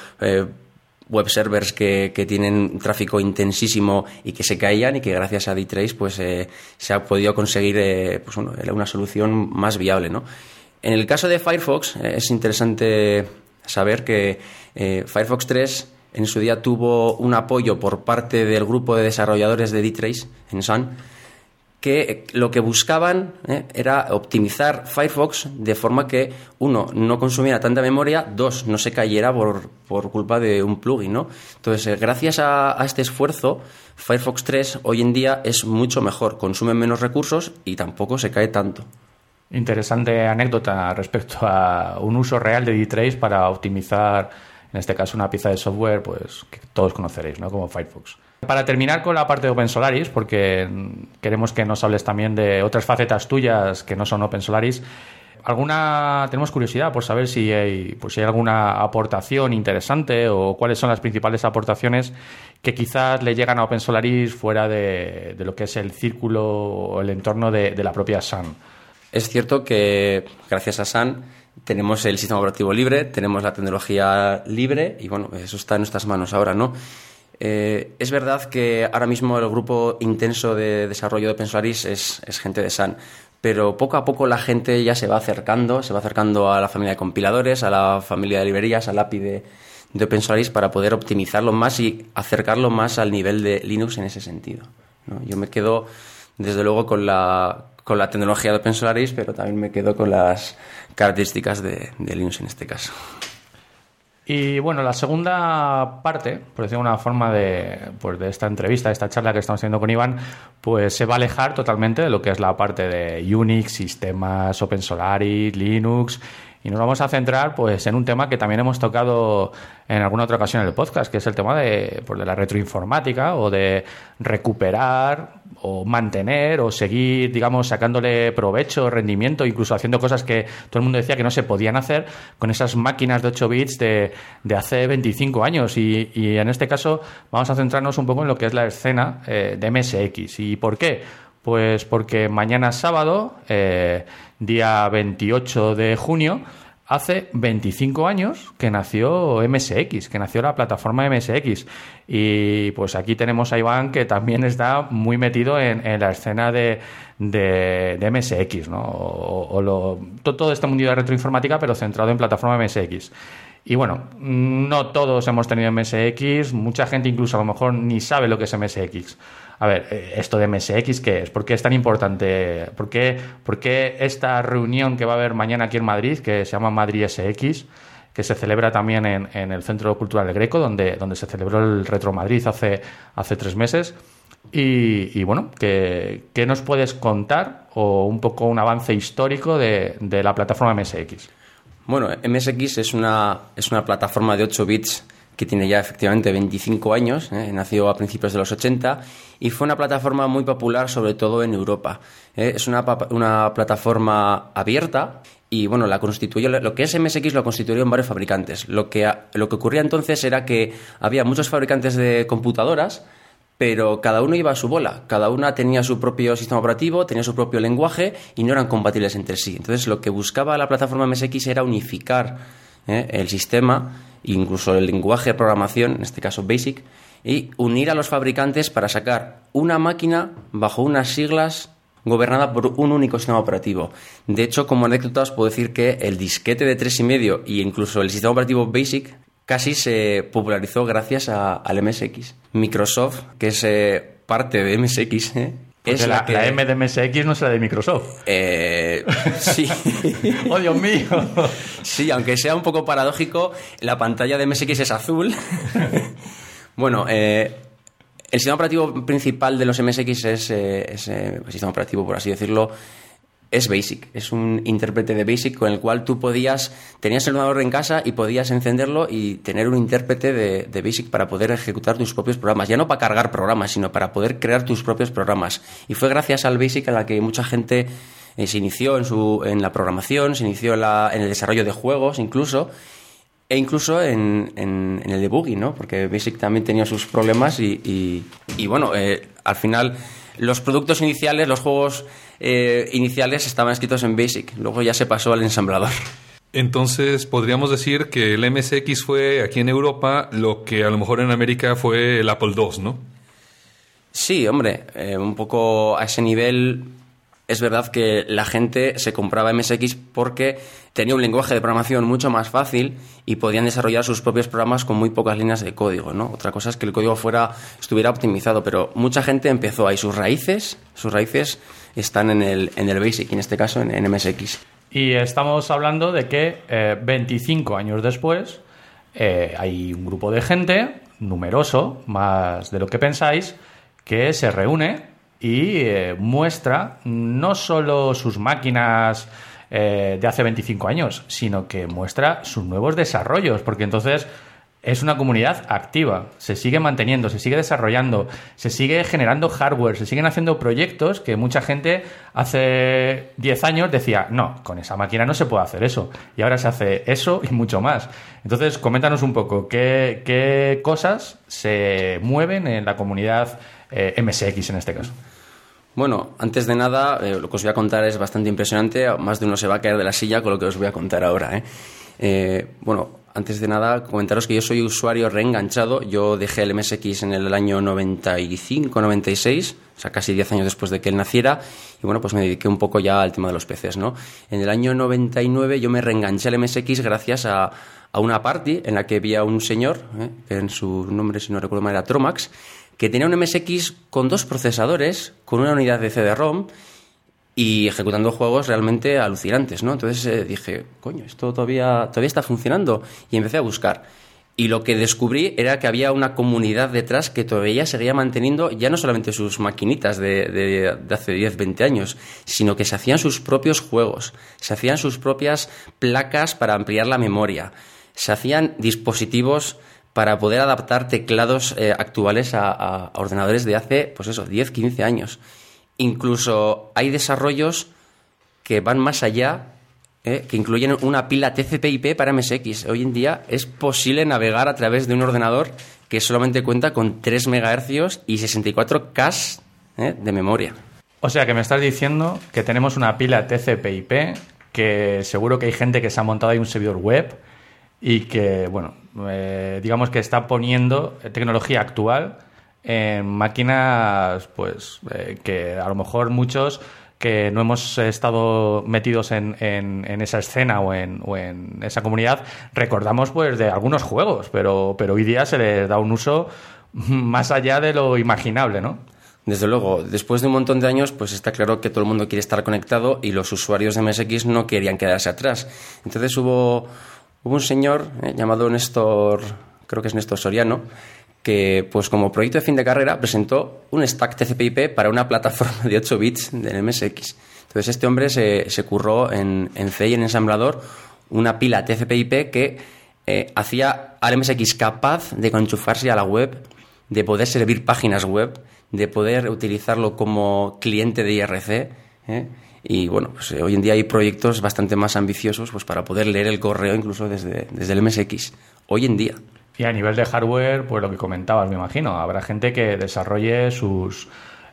web servers que tienen tráfico intensísimo y que se caían, y que gracias a D-Trace pues, se ha podido conseguir pues, una solución más viable, ¿no? En el caso de Firefox, es interesante saber que Firefox 3 en su día tuvo un apoyo por parte del grupo de desarrolladores de D-Trace en Sun, que lo que buscaban era optimizar Firefox de forma que, uno, no consumiera tanta memoria, dos, no se cayera por culpa de un plugin, ¿no? Entonces, gracias a este esfuerzo, Firefox 3 hoy en día es mucho mejor, consume menos recursos y tampoco se cae tanto. Interesante anécdota respecto a un uso real de D-Trace para optimizar, en este caso, una pieza de software pues que todos conoceréis, ¿no? Como Firefox. Para terminar con la parte de OpenSolaris, porque queremos que nos hables también de otras facetas tuyas que no son OpenSolaris, tenemos curiosidad por saber si hay alguna aportación interesante o cuáles son las principales aportaciones que quizás le llegan a OpenSolaris fuera de lo que es el círculo o el entorno de la propia Sun. Es cierto que gracias a Sun tenemos el sistema operativo libre, tenemos la tecnología libre y bueno, eso está en nuestras manos ahora, ¿no? Es verdad que ahora mismo el grupo intenso de desarrollo de OpenSolaris es gente de Sun, pero poco a poco la gente ya se va acercando a la familia de compiladores, a la familia de librerías, al API de OpenSolaris para poder optimizarlo más y acercarlo más al nivel de Linux en ese sentido, ¿no? Yo me quedo desde luego con la tecnología de OpenSolaris, pero también me quedo con las características de Linux en este caso. Y bueno, la segunda parte, por decirlo de una forma, de esta entrevista, de esta charla que estamos teniendo con Iván, pues se va a alejar totalmente de lo que es la parte de Unix, sistemas, OpenSolaris, Linux, y nos vamos a centrar pues en un tema que también hemos tocado en alguna otra ocasión en el podcast, que es el tema de la retroinformática o de recuperar o mantener o seguir, digamos, sacándole provecho, rendimiento, incluso haciendo cosas que todo el mundo decía que no se podían hacer con esas máquinas de 8 bits de hace 25 años. Y en este caso vamos a centrarnos un poco en lo que es la escena de MSX. ¿Y por qué? Pues porque mañana sábado, día 28 de junio, hace 25 años que nació MSX, que nació la plataforma MSX. Y pues aquí tenemos a Iván, que también está muy metido en la escena de MSX, ¿no? Todo este mundillo de retroinformática, pero centrado en plataforma MSX. Y bueno, no todos hemos tenido MSX, mucha gente incluso a lo mejor ni sabe lo que es MSX. A ver, esto de MSX, ¿qué es? ¿Por qué es tan importante? ¿Por qué esta reunión que va a haber mañana aquí en Madrid, que se llama Madrid SX, que se celebra también en el Centro Cultural del Greco, donde se celebró el Retro Madrid hace 3 meses? Y bueno, ¿qué nos puedes contar o un poco un avance histórico de la plataforma MSX? Bueno, MSX es una plataforma de 8 bits que tiene ya efectivamente 25 años, nació a principios de los 80 y fue una plataforma muy popular, sobre todo en Europa. Es una plataforma abierta y bueno, lo que es MSX lo constituyeron varios fabricantes. Lo que ocurría entonces era que había muchos fabricantes de computadoras, pero cada uno iba a su bola, cada una tenía su propio sistema operativo, tenía su propio lenguaje y no eran compatibles entre sí. Entonces lo que buscaba la plataforma MSX era unificar el sistema, incluso el lenguaje de programación, en este caso BASIC, y unir a los fabricantes para sacar una máquina bajo unas siglas gobernada por un único sistema operativo. De hecho, como anécdota os puedo decir que el disquete de 3,5 y incluso el sistema operativo BASIC casi se popularizó gracias al MSX. Microsoft, que es parte de MSX, es la M de MSX no es la de Microsoft. Sí. ¡Oh, Dios mío! Sí, aunque sea un poco paradójico, la pantalla de MSX es azul. Bueno, el sistema operativo principal de los MSX es el sistema operativo, por así decirlo, es BASIC. Es un intérprete de BASIC con el cual tú tenías el ordenador en casa y podías encenderlo y tener un intérprete de BASIC para poder ejecutar tus propios programas. Ya no para cargar programas, sino para poder crear tus propios programas. Y fue gracias al BASIC a la que mucha gente se inició en la programación, se inició en el desarrollo de juegos incluso, e incluso en el debugging, ¿no? Porque BASIC también tenía sus problemas y bueno, al final los productos iniciales, los juegos iniciales estaban escritos en BASIC, luego ya se pasó al ensamblador. Entonces podríamos decir que el MSX fue aquí en Europa lo que a lo mejor en América fue el Apple II, ¿no? Sí, hombre, un poco a ese nivel. Es verdad que la gente se compraba MSX porque tenía un lenguaje de programación mucho más fácil y podían desarrollar sus propios programas con muy pocas líneas de código, ¿no? Otra cosa es que el código estuviera optimizado, pero mucha gente empezó ahí. Sus raíces están en el BASIC, en este caso en MSX. Y estamos hablando de que 25 años después hay un grupo de gente numeroso, más de lo que pensáis, que se reúne y muestra no solo sus máquinas de hace 25 años, sino que muestra sus nuevos desarrollos, porque entonces es una comunidad activa, se sigue manteniendo, se sigue desarrollando, se sigue generando hardware, se siguen haciendo proyectos que mucha gente hace 10 años decía, no, con esa máquina no se puede hacer eso, y ahora se hace eso y mucho más. Entonces, coméntanos un poco qué cosas se mueven en la comunidad MSX en este caso. Bueno, antes de nada, lo que os voy a contar es bastante impresionante. Más de uno se va a caer de la silla con lo que os voy a contar ahora, Bueno, antes de nada, comentaros que yo soy usuario reenganchado. Yo dejé el MSX en el año 95-96, o sea, casi 10 años después de que él naciera. Y bueno, pues me dediqué un poco ya al tema de los PCs, ¿no? En el año 99 yo me reenganché al MSX gracias a una party en la que había un señor, que en su nombre, si no recuerdo mal, era Tromax, que tenía un MSX con 2 procesadores, con una unidad de CD-ROM y ejecutando juegos realmente alucinantes, ¿no? Entonces dije, coño, esto todavía está funcionando, y empecé a buscar. Y lo que descubrí era que había una comunidad detrás que todavía seguía manteniendo ya no solamente sus maquinitas de hace 10, 20 años, sino que se hacían sus propios juegos, se hacían sus propias placas para ampliar la memoria, se hacían dispositivos para poder adaptar teclados actuales a ordenadores de hace, pues eso, 10, 15 años. Incluso hay desarrollos que van más allá, que incluyen una pila TCP/IP para MSX. Hoy en día es posible navegar a través de un ordenador que solamente cuenta con 3 MHz y 64 K de memoria. O sea, que me estás diciendo que tenemos una pila TCP/IP, que seguro que hay gente que se ha montado ahí un servidor web y que, bueno, digamos que está poniendo tecnología actual en máquinas, pues, que a lo mejor muchos que no hemos estado metidos en esa escena o en esa comunidad recordamos, pues, de algunos juegos, pero hoy día se les da un uso más allá de lo imaginable, ¿no? Desde luego, después de un montón de años, pues está claro que todo el mundo quiere estar conectado y los usuarios de MSX no querían quedarse atrás. Entonces hubo un señor llamado Néstor, creo que es Néstor Soriano, que pues como proyecto de fin de carrera presentó un stack TCP/IP para una plataforma de 8 bits del MSX. Entonces este hombre se curró en C y en ensamblador una pila TCP/IP que hacía al MSX capaz de enchufarse a la web, de poder servir páginas web, de poder utilizarlo como cliente de IRC, y bueno, pues hoy en día hay proyectos bastante más ambiciosos, pues para poder leer el correo incluso desde el MSX, hoy en día. Y a nivel de hardware, pues lo que comentabas, me imagino, habrá gente que desarrolle pues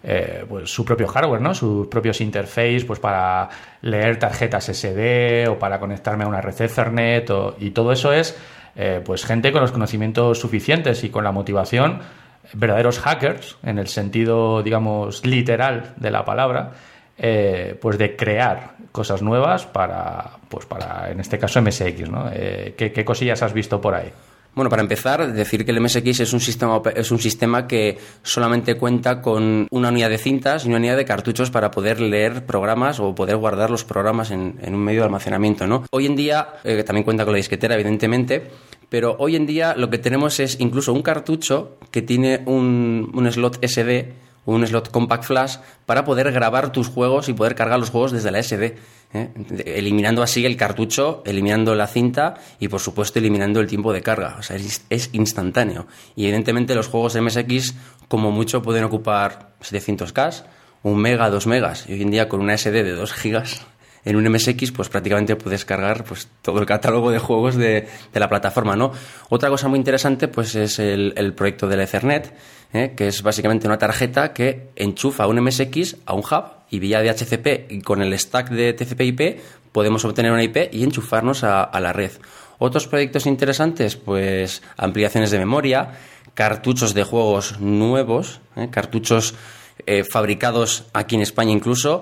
su propio hardware, ¿no? Sus propios interfaces, pues para leer tarjetas SD o para conectarme a una red Ethernet, y todo eso es pues gente con los conocimientos suficientes y con la motivación, verdaderos hackers, en el sentido, digamos, literal de la palabra, pues de crear cosas nuevas para en este caso MSX, ¿no? ¿Qué cosillas has visto por ahí? Bueno, para empezar, decir que el MSX es un sistema que solamente cuenta con una unidad de cintas y una unidad de cartuchos para poder leer programas o poder guardar los programas en un medio de almacenamiento, ¿no? Hoy en día también cuenta con la disquetera, evidentemente, pero hoy en día lo que tenemos es incluso un cartucho que tiene un slot SD, un slot compact flash para poder grabar tus juegos y poder cargar los juegos desde la SD, eliminando así el cartucho, eliminando la cinta y por supuesto eliminando el tiempo de carga. O sea, es instantáneo. Y evidentemente los juegos de MSX como mucho pueden ocupar 700K, 1 mega, 2 megas. Y hoy en día con una SD de 2 gigas en un MSX, pues prácticamente puedes cargar pues todo el catálogo de juegos de la plataforma, ¿no? Otra cosa muy interesante pues es el proyecto del Ethernet, que es básicamente una tarjeta que enchufa un MSX a un hub y vía DHCP y con el stack de TCP/IP podemos obtener una IP y enchufarnos a la red. Otros proyectos interesantes, pues ampliaciones de memoria, cartuchos de juegos nuevos, cartuchos fabricados aquí en España incluso,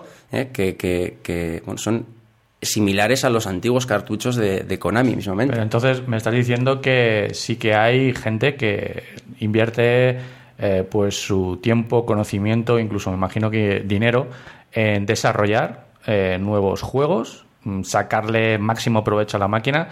que bueno, son similares a los antiguos cartuchos de Konami mismamente. Pero entonces me estás diciendo que sí que hay gente que invierte pues su tiempo, conocimiento, incluso me imagino que dinero en desarrollar nuevos juegos, sacarle máximo provecho a la máquina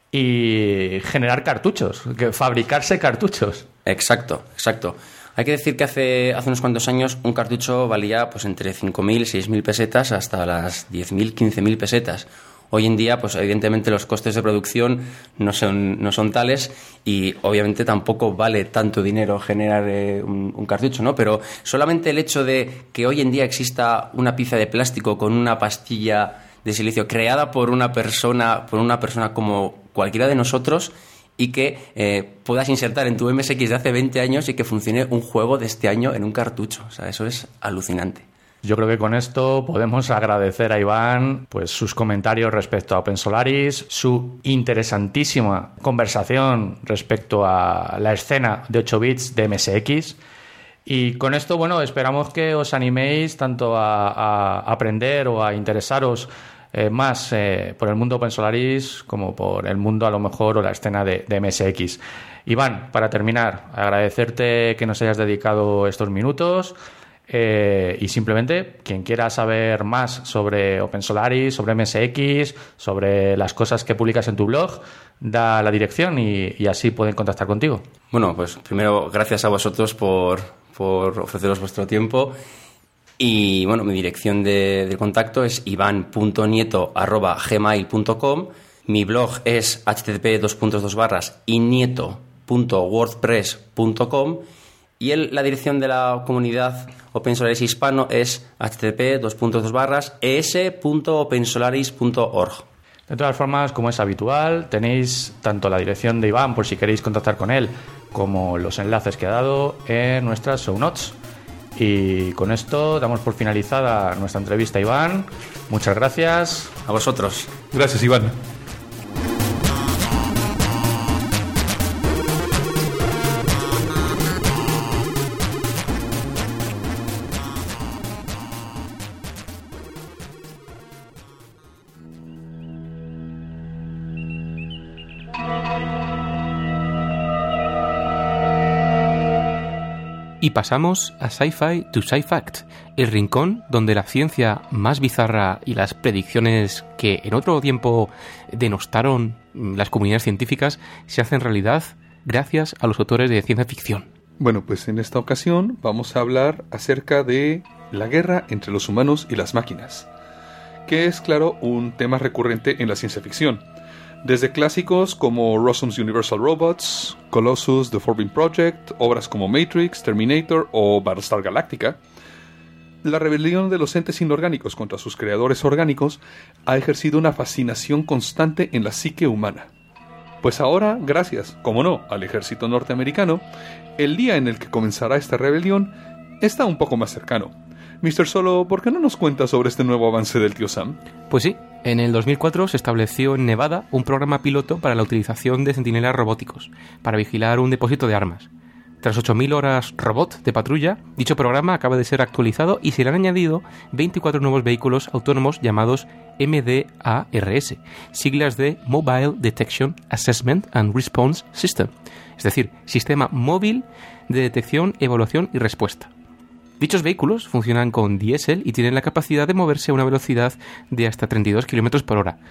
y generar cartuchos, fabricarse cartuchos. Exacto. Hay que decir que hace unos cuantos años un cartucho valía pues entre 5.000 y 6.000 pesetas hasta las 10.000, 15.000 pesetas. Hoy en día, pues evidentemente los costes de producción no son tales y obviamente tampoco vale tanto dinero generar un cartucho, ¿no? Pero solamente el hecho de que hoy en día exista una pieza de plástico con una pastilla de silicio creada por una persona como cualquiera de nosotros y que puedas insertar en tu MSX de hace 20 años y que funcione un juego de este año en un cartucho. O sea, eso es alucinante. Yo creo que con esto podemos agradecer a Iván pues sus comentarios respecto a OpenSolaris, su interesantísima conversación respecto a la escena de 8 bits de MSX. Y con esto, bueno, esperamos que os animéis tanto a aprender o a interesaros más por el mundo OpenSolaris como por el mundo a lo mejor o la escena de MSX. Iván, para terminar, agradecerte que nos hayas dedicado estos minutos. Y simplemente quien quiera saber más sobre OpenSolaris, sobre MSX, sobre las cosas que publicas en tu blog, da la dirección y así pueden contactar contigo. Bueno, pues primero gracias a vosotros por ofreceros vuestro tiempo y bueno, mi dirección de contacto es ivan.nieto@gmail.com. Mi blog es http://inieto.wordpress.com y la dirección de la comunidad OpenSolaris hispano es http://es.opensolaris.org. De todas formas, como es habitual, tenéis tanto la dirección de Iván por si queréis contactar con él como los enlaces que ha dado en nuestras show notes. Y con esto damos por finalizada nuestra entrevista, Iván. Muchas gracias. A vosotros. Gracias, Iván. Y pasamos a Sci-Fi to Sci-Fact, el rincón donde la ciencia más bizarra y las predicciones que en otro tiempo denostaron las comunidades científicas se hacen realidad gracias a los autores de ciencia ficción. Bueno, pues en esta ocasión vamos a hablar acerca de la guerra entre los humanos y las máquinas, que es, claro, un tema recurrente en la ciencia ficción. Desde clásicos como Rossum's Universal Robots, Colossus, The Forbidden Project, obras como Matrix, Terminator o Battlestar Galactica, la rebelión de los entes inorgánicos contra sus creadores orgánicos ha ejercido una fascinación constante en la psique humana. Pues ahora, gracias, como no, al ejército norteamericano, el día en el que comenzará esta rebelión está un poco más cercano. Mr. Solo, ¿por qué no nos cuenta sobre este nuevo avance del tío Sam? Pues sí, en el 2004 se estableció en Nevada un programa piloto para la utilización de centinelas robóticos para vigilar un depósito de armas. Tras 8.000 horas robot de patrulla, dicho programa acaba de ser actualizado y se le han añadido 24 nuevos vehículos autónomos llamados MDARS, siglas de Mobile Detection, Assessment and Response System, es decir, Sistema Móvil de Detección, Evaluación y Respuesta. Dichos vehículos funcionan con diésel y tienen la capacidad de moverse a una velocidad de hasta 32 km por hora,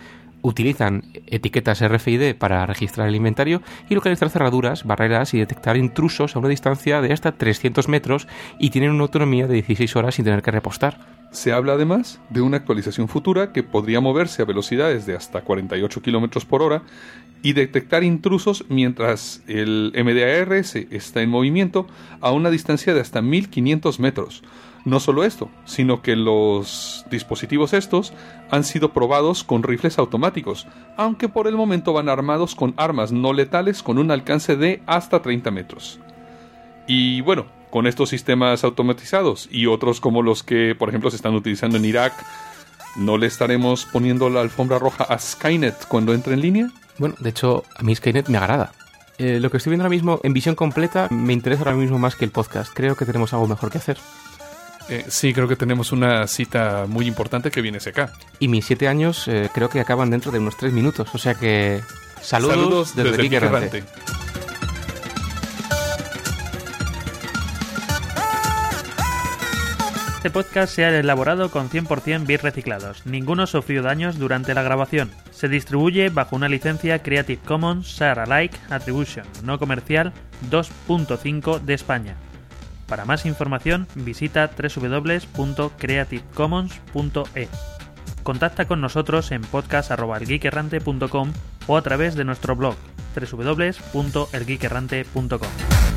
Utilizan etiquetas RFID para registrar el inventario y localizar cerraduras, barreras y detectar intrusos a una distancia de hasta 300 metros y tienen una autonomía de 16 horas sin tener que repostar. Se habla además de una actualización futura que podría moverse a velocidades de hasta 48 km por hora y detectar intrusos mientras el MDARS está en movimiento a una distancia de hasta 1500 metros. No solo esto, sino que los dispositivos estos han sido probados con rifles automáticos, aunque por el momento van armados con armas no letales con un alcance de hasta 30 metros. Y bueno, con estos sistemas automatizados y otros como los que, por ejemplo, se están utilizando en Irak, ¿no le estaremos poniendo la alfombra roja a Skynet cuando entre en línea? Bueno, de hecho, a mí Skynet me agrada. Lo que estoy viendo ahora mismo en visión completa me interesa ahora mismo más que el podcast. Creo que tenemos algo mejor que hacer. Sí, creo que tenemos una cita muy importante que viene hacia acá. Y mis 7 años creo que acaban dentro de unos 3 minutos. O sea que saludos desde Geek Errante. Este podcast se ha elaborado con 100% bits reciclados. Ninguno sufrió daños durante la grabación. Se distribuye bajo una licencia Creative Commons Share Alike Attribution no comercial 2.5 de España. Para más información visita www.creativecommons.es. Contacta con nosotros en podcast@elgeekerrante.com o a través de nuestro blog www.elgeekerrante.com.